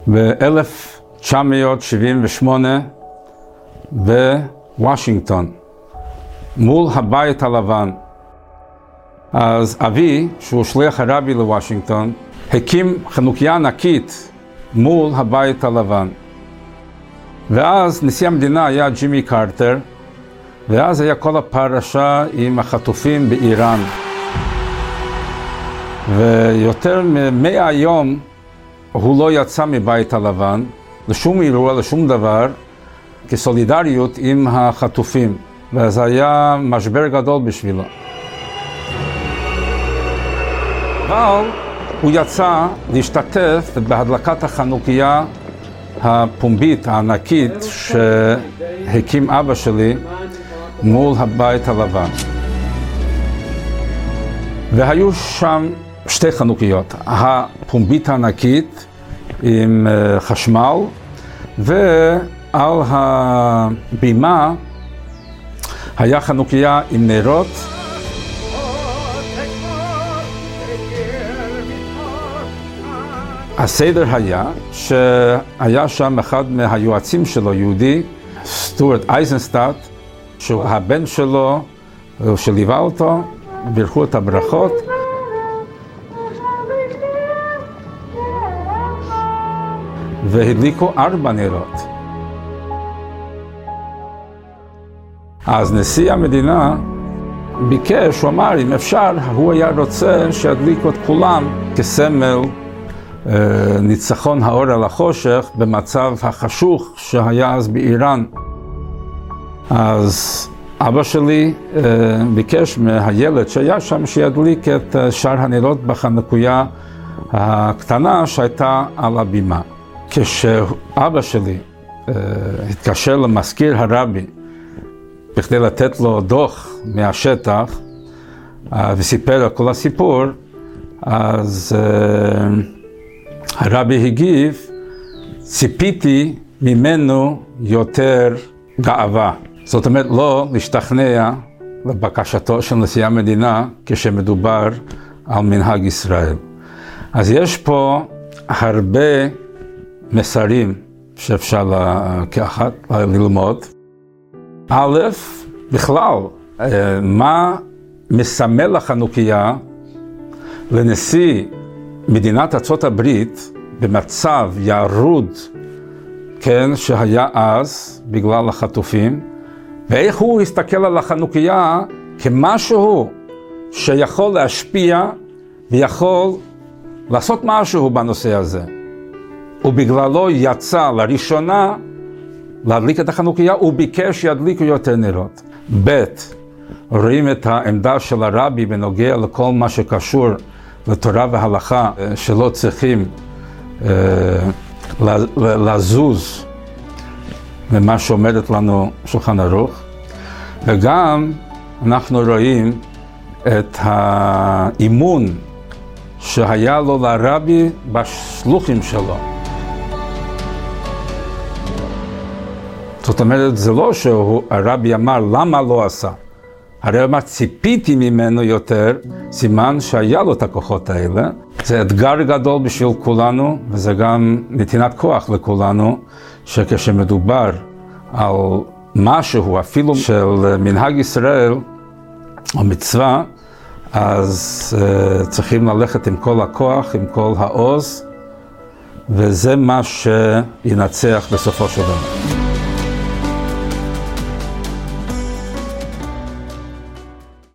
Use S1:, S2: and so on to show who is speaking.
S1: ב-1978 בוושינגטון, מול הבית הלבן. אז אבי, שהוא שליח הרבי לוושינגטון, הקים חנוכיה ענקית מול הבית הלבן. ואז נשיא המדינה היה ג'ימי קרטר, ואז היה כל הפרשה עם החטופים באיראן. ויותר מ100 יום הוא לא יצא מבית הלבן, לשום אירוע, לשום דבר, כסולידריות עם החטופים. וזה היה משבר גדול בשבילו. אבל הוא יצא להשתתף בהדלקת החנוכיה הפומבית, הענקית, שהקים אבא שלי מול הבית הלבן. והיו שם שתי חנוכיות, הפומבית הענקית עם חשמל, ועל הבימה היה חנוכיה עם נרות. הסדר היה שהיה שם אחד מהיועצים שלו, יהודי, סטוארט אייזנסטאט, שהוא הבן שלו, שליווה אותו, בירכו את הברכות. והדליקו 4 נרות. אז נשיא המדינה ביקש, הוא אמר, אם אפשר, הוא היה רוצה שידליקו את כולם כסמל ניצחון האור על החושך במצב החשוך שהיה אז באיראן. אז אבא שלי ביקש מהילד שהיה שם שידליק את שאר הנרות בחנוכיה הקטנה שהייתה על הבימה. כשאבא שלי התקשר למזכיר הרבי בכדי לתת לו דוח מהשטח וסיפר על כל הסיפור, אז הרבי הגיב, ציפיתי ממנו יותר גאווה. זאת אומרת, לא להשתכנע לבקשתו של נשיא המדינה כשמדובר על מנהג ישראל. אז יש פה הרבה מסרים שאפשר לקחת, ללמוד. א', בכלל, מה מסמל החנוכיה לנשיא מדינת ארצות הברית במצב ירוד, כן, שהיה אז בגלל החטופים, ואיך הוא הסתכל על החנוכיה כמשהו שיכול להשפיע ויכול לעשות משהו בנושא הזה. ובגללו יצא לראשונה להדליק את החנוכיה, הוא ביקש שידליקו יותר נרות. ב', רואים את העמדה של הרבי בנוגע לכל מה שקשור לתורה והלכה, שלא צריכים לזוז ממה שאומרת לנו שולחן ערוך. וגם אנחנו רואים את האימון שהיה לו לרבי בשלוחים שלו. זאת אומרת, זה לא שהרבי אמר למה לא עשה. הרי אמר, ציפיתי ממנו יותר, סימן שהיה לו את הכוחות האלה. זה אתגר גדול בשביל כולנו, וזה גם נתינת כוח לכולנו, שכשמדובר על משהו, אפילו של מנהג ישראל, או מצווה, אז צריכים ללכת עם כל הכוח, עם כל העוז, וזה מה שינצח בסופו של דבר.